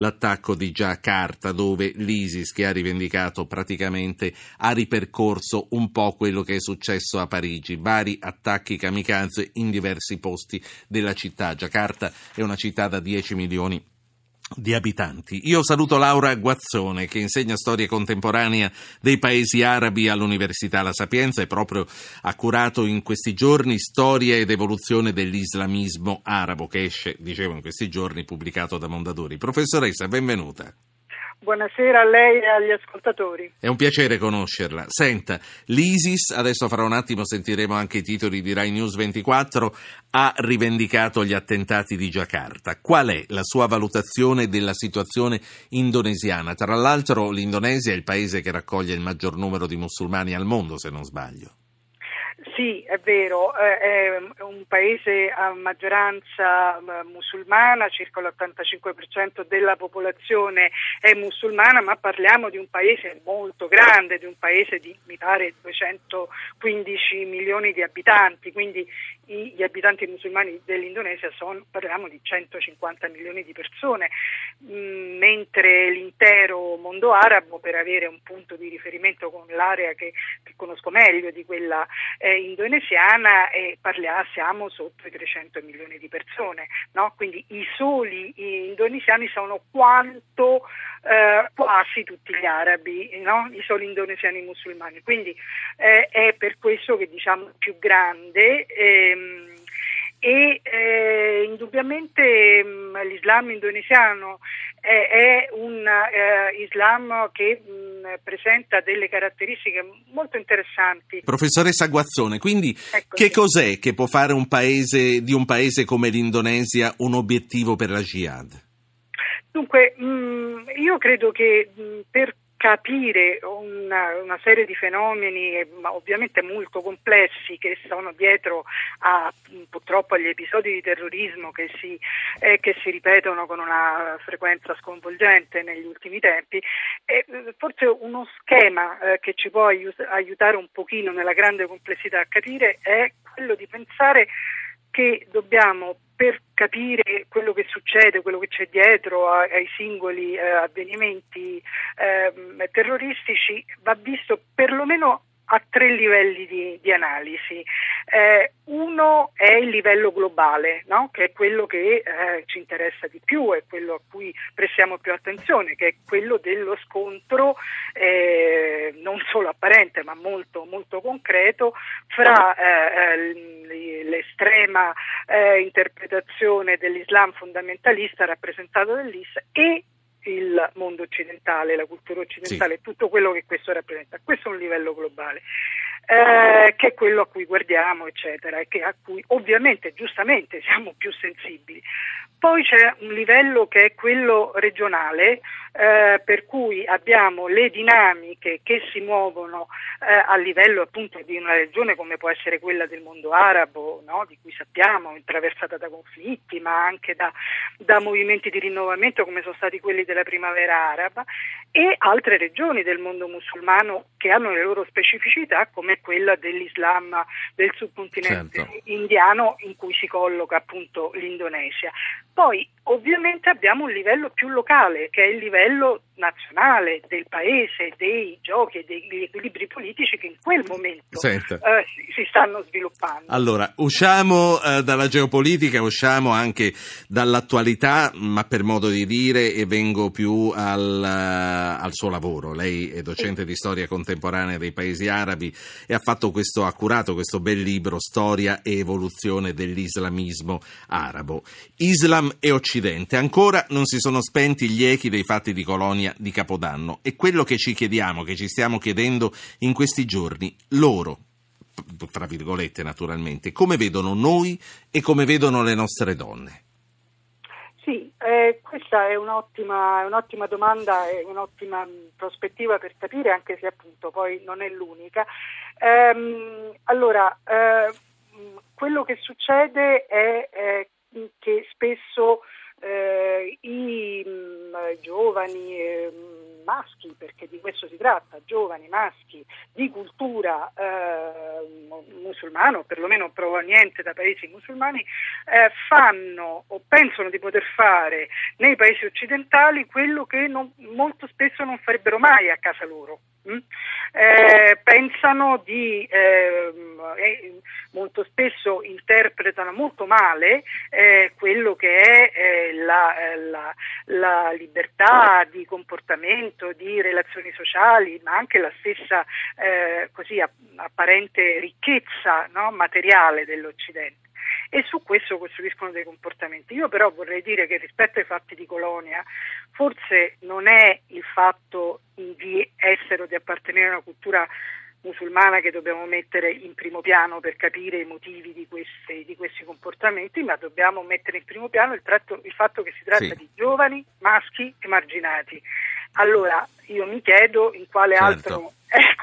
L'attacco di Giacarta, dove l'ISIS, che ha rivendicato praticamente, ha ripercorso un po' quello che è successo a Parigi, vari attacchi kamikaze in diversi posti della città. Giacarta è una città da 10 milioni di abitanti. Io saluto Laura Guazzone, che insegna storia contemporanea dei paesi arabi all'Università La Sapienza e proprio ha curato in questi giorni Storia ed evoluzione dell'islamismo arabo, che esce, dicevo, in questi giorni, pubblicato da Mondadori. Professoressa, benvenuta. Buonasera a lei e agli ascoltatori. È un piacere conoscerla. Senta, l'ISIS, adesso fra un attimo sentiremo anche i titoli di Rai News 24, ha rivendicato gli attentati di Giacarta. Qual è la sua valutazione della situazione indonesiana? Tra l'altro l'Indonesia è il paese che raccoglie il maggior numero di musulmani al mondo, se non sbaglio. Sì, è vero, è un paese a maggioranza musulmana, circa l'85% della popolazione è musulmana, ma parliamo di un paese molto grande, di un paese di, mi pare, 215 milioni di abitanti, quindi gli abitanti musulmani dell'Indonesia parliamo di 150 milioni di persone, mentre l'intero mondo arabo, per avere un punto di riferimento con l'area che conosco meglio di quella indonesiana, siamo sotto i 300 milioni di persone, no? Quindi i soli indonesiani sono quanto quasi tutti gli arabi, no? I soli indonesiani musulmani, quindi è per questo che diciamo più grande. Indubbiamente l'Islam indonesiano è un Islam che presenta delle caratteristiche molto interessanti. Professoressa Guazzone, quindi che cos'è che può fare un paese come l'Indonesia un obiettivo per la Jihad? Dunque, io credo che per capire una serie di fenomeni ovviamente molto complessi che sono dietro purtroppo agli episodi di terrorismo che si ripetono con una frequenza sconvolgente negli ultimi tempi, forse uno schema che ci può aiutare un pochino nella grande complessità a capire è quello di pensare che dobbiamo, per capire quello che succede, quello che c'è dietro ai singoli avvenimenti terroristici, va visto perlomeno a 3 livelli di analisi. Uno è il livello globale, no? Che è quello che ci interessa di più, è quello a cui prestiamo più attenzione, che è quello dello scontro non solo apparente ma molto, molto concreto fra l'estrema interpretazione dell'Islam fondamentalista rappresentato dall'IS e il mondo occidentale, la cultura occidentale, sì. Tutto quello che questo rappresenta. Questo è un livello globale, che è quello a cui guardiamo, eccetera, e a cui ovviamente giustamente siamo più sensibili. Poi c'è un livello che è quello regionale, per cui abbiamo le dinamiche che si muovono a livello appunto di una regione come può essere quella del mondo arabo, no? Di cui sappiamo, attraversata da conflitti, ma anche da movimenti di rinnovamento come sono stati quelli della primavera araba, e altre regioni del mondo musulmano che hanno le loro specificità, come quella dell'Islam del subcontinente indiano, in cui si colloca appunto l'Indonesia. Poi ovviamente abbiamo un livello più locale, che è il livello nazionale del paese, dei giochi e degli equilibri politici che in quel momento si stanno sviluppando. Allora, usciamo dalla geopolitica, usciamo anche dall'attualità, ma per modo di dire, e vengo più al suo lavoro. Lei è docente di storia contemporanea dei paesi arabi e ha curato questo bel libro, Storia e evoluzione dell'islamismo arabo. Islam e Occidente. Ancora non si sono spenti gli echi dei fatti di Colonia di Capodanno, e quello che ci chiediamo, che ci stiamo chiedendo in questi giorni, loro, tra virgolette naturalmente, come vedono noi e come vedono le nostre donne? Sì, questa è un'ottima domanda e un'ottima prospettiva per capire, anche se appunto poi non è l'unica. Quello che succede è che spesso i giovani maschi, perché di questo si tratta, giovani maschi di cultura musulmana, o perlomeno proveniente da paesi musulmani, fanno o pensano di poter fare nei paesi occidentali quello che molto spesso non farebbero mai a casa loro. Pensano molto spesso interpretano molto male quello che è la libertà di comportamento, di relazioni sociali, ma anche la stessa così apparente ricchezza, no, materiale dell'Occidente. E su questo costruiscono dei comportamenti. Io però vorrei dire che rispetto ai fatti di Colonia, forse non è il fatto di essere o di appartenere a una cultura musulmana che dobbiamo mettere in primo piano per capire i motivi di questi comportamenti, ma dobbiamo mettere in primo piano il fatto che si tratta di giovani, maschi, emarginati. Allora, io mi chiedo in quale altro...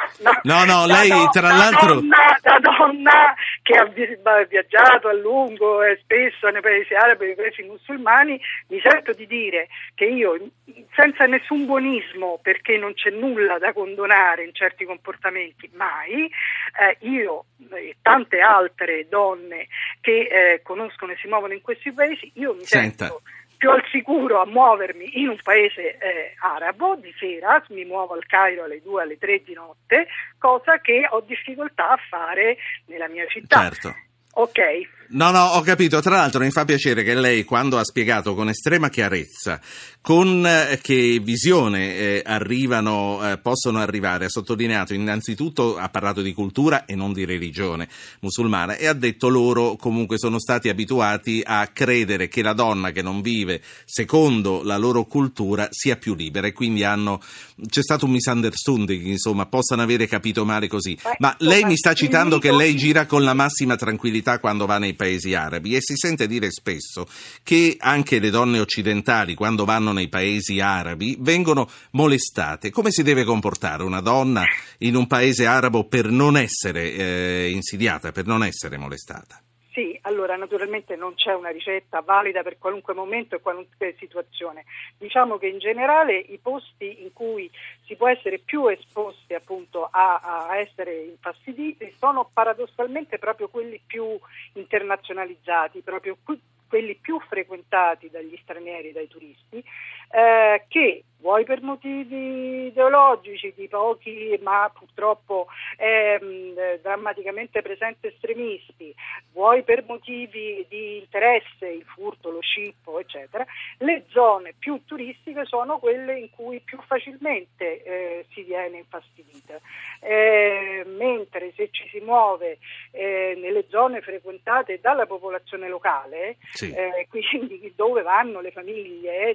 lei tra l'altro... Da donna che ha viaggiato a lungo e spesso nei paesi arabi e nei paesi musulmani, mi sento di dire che io, senza nessun buonismo, perché non c'è nulla da condonare in certi comportamenti, mai, io e tante altre donne che conoscono e si muovono in questi paesi, io mi sento più al sicuro a muovermi in un paese arabo di sera, mi muovo al Cairo alle 2, alle 3 di notte, cosa che ho difficoltà a fare nella mia città. Certo. Ok. No, ho capito. Tra l'altro mi fa piacere che lei, quando ha spiegato con estrema chiarezza con che visione possono arrivare, ha sottolineato innanzitutto, ha parlato di cultura e non di religione musulmana, e ha detto loro comunque sono stati abituati a credere che la donna che non vive secondo la loro cultura sia più libera, e quindi c'è stato un misunderstanding, insomma, possano avere capito male così. Ma lei mi sta citando che lei gira con la massima tranquillità quando va nei paesi arabi, e si sente dire spesso che anche le donne occidentali, quando vanno nei paesi arabi, vengono molestate. Come si deve comportare una donna in un paese arabo per non essere insidiata, per non essere molestata? Sì, allora naturalmente non c'è una ricetta valida per qualunque momento e qualunque situazione. Diciamo che in generale i posti in cui si può essere più esposti appunto a essere infastiditi sono paradossalmente proprio quelli più internazionalizzati, proprio quelli più frequentati dagli stranieri, dai turisti, che vuoi per motivi ideologici di pochi ma purtroppo drammaticamente presenti estremisti, vuoi per motivi di interesse, il furto, lo scippo, eccetera, le zone più turistiche sono quelle in cui più facilmente si viene infastidite, mentre se ci si muove nelle zone frequentate dalla popolazione locale, quindi dove vanno le famiglie,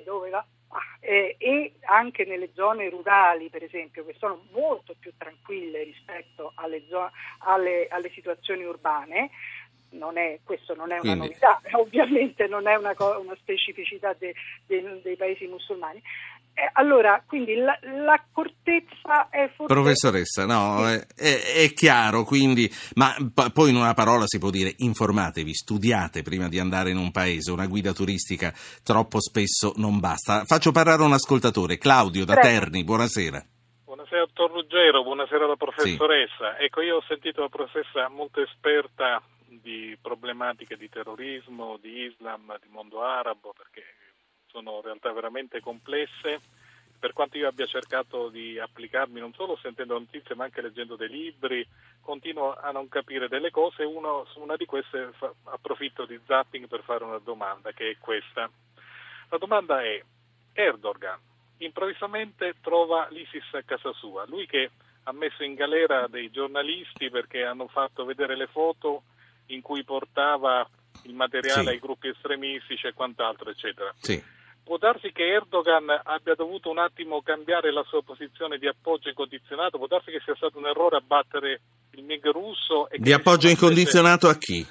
e anche nelle zone rurali, per esempio, che sono molto più tranquille rispetto alle situazioni urbane. Questo non è una novità, ovviamente non è una specificità dei paesi musulmani. Allora, quindi l'accortezza è forse... Professoressa, no, è chiaro, quindi, ma poi in una parola si può dire: informatevi, studiate prima di andare in un paese. Una guida turistica troppo spesso non basta. Faccio parlare un ascoltatore, Claudio da Terni, buonasera. Buonasera dottor Ruggero, buonasera alla professoressa. Sì. Ecco, io ho sentito la professoressa molto esperta di problematiche di terrorismo, di Islam, di mondo arabo, perché sono realtà veramente complesse. Per quanto io abbia cercato di applicarmi non solo sentendo notizie ma anche leggendo dei libri, continuo a non capire delle cose. Su una di queste approfitto di zapping per fare una domanda, che è questa. La domanda è: Erdogan improvvisamente trova l'ISIS a casa sua, lui che ha messo in galera dei giornalisti perché hanno fatto vedere le foto in cui portava il materiale ai gruppi estremistici e quant'altro, eccetera. Sì. Può darsi che Erdogan abbia dovuto un attimo cambiare la sua posizione di appoggio incondizionato, può darsi che sia stato un errore abbattere il MiG russo. Di appoggio incondizionato a chi?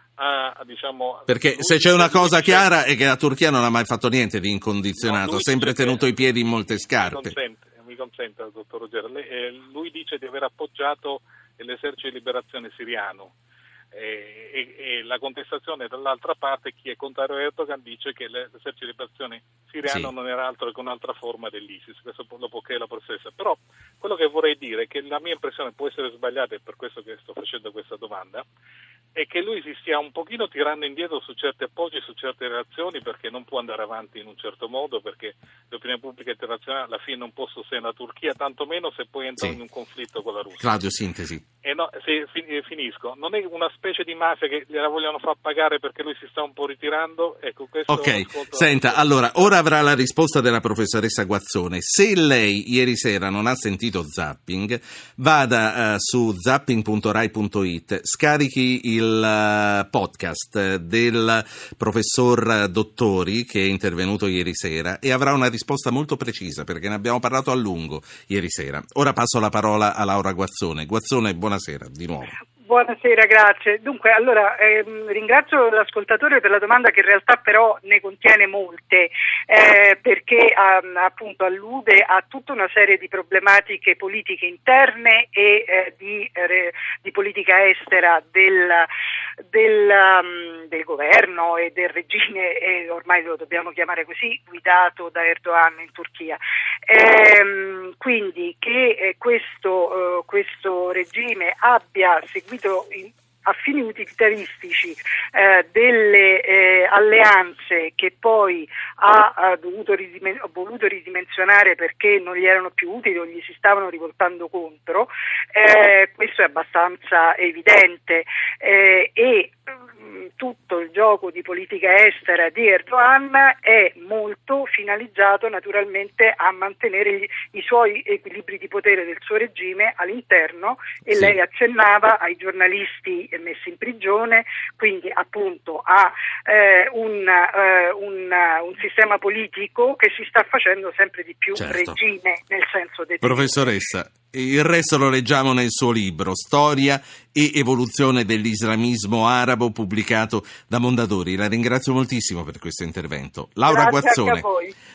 Perché se c'è una cosa chiara è che la Turchia non ha mai fatto niente di incondizionato, ha sempre tenuto i piedi in molte scarpe. Mi consente, dottor Ruggero, lui dice di aver appoggiato l'esercito di liberazione siriano. E la contestazione dall'altra parte, chi è contrario a Erdogan dice che l'esercito di liberazione siriano non era altro che un'altra forma dell'ISIS, questo lo può che la professoressa. Però quello che vorrei dire è che la mia impressione può essere sbagliata, è per questo che sto facendo questa domanda, è che lui si stia un pochino tirando indietro su certi appoggi, su certe reazioni, perché non può andare avanti in un certo modo, perché l'opinione pubblica internazionale alla fine non può sostenere la Turchia, tantomeno se poi entra in un conflitto con la Russia. Claudio, sintesi. No, finisco. Non è una specie di mafia che gliela vogliono far pagare perché lui si sta un po' ritirando? Ecco, questo. Ok, senta, allora, ora avrà la risposta della professoressa Guazzone. Se lei ieri sera non ha sentito Zapping, vada su zapping.rai.it, scarichi il podcast del professor Dottori che è intervenuto ieri sera e avrà una risposta molto precisa, perché ne abbiamo parlato a lungo ieri sera. Ora passo la parola a Laura Guazzone. Guazzone, buonasera di nuovo. Buonasera, grazie. Dunque, allora, ringrazio l'ascoltatore per la domanda, che in realtà però ne contiene molte, perché appunto allude a tutta una serie di problematiche politiche interne e di politica estera del governo e del regime, ormai lo dobbiamo chiamare così, guidato da Erdogan in Turchia. Quindi che questo regime abbia seguito a fini utilitaristici delle alleanze che poi ha voluto ridimensionare perché non gli erano più utili o gli si stavano rivoltando contro, questo è abbastanza evidente, e tutto il gioco di politica estera di Erdogan è molto finalizzato naturalmente a mantenere i suoi equilibri di potere del suo regime all'interno, e lei accennava ai giornalisti messi in prigione, quindi appunto a un sistema politico che si sta facendo sempre di più regime nel senso del Professoressa, il resto lo leggiamo nel suo libro Storia e evoluzione dell'islamismo arabo, pubblicato da Mondadori. La ringrazio moltissimo per questo intervento. Laura Guazzone. Grazie a voi.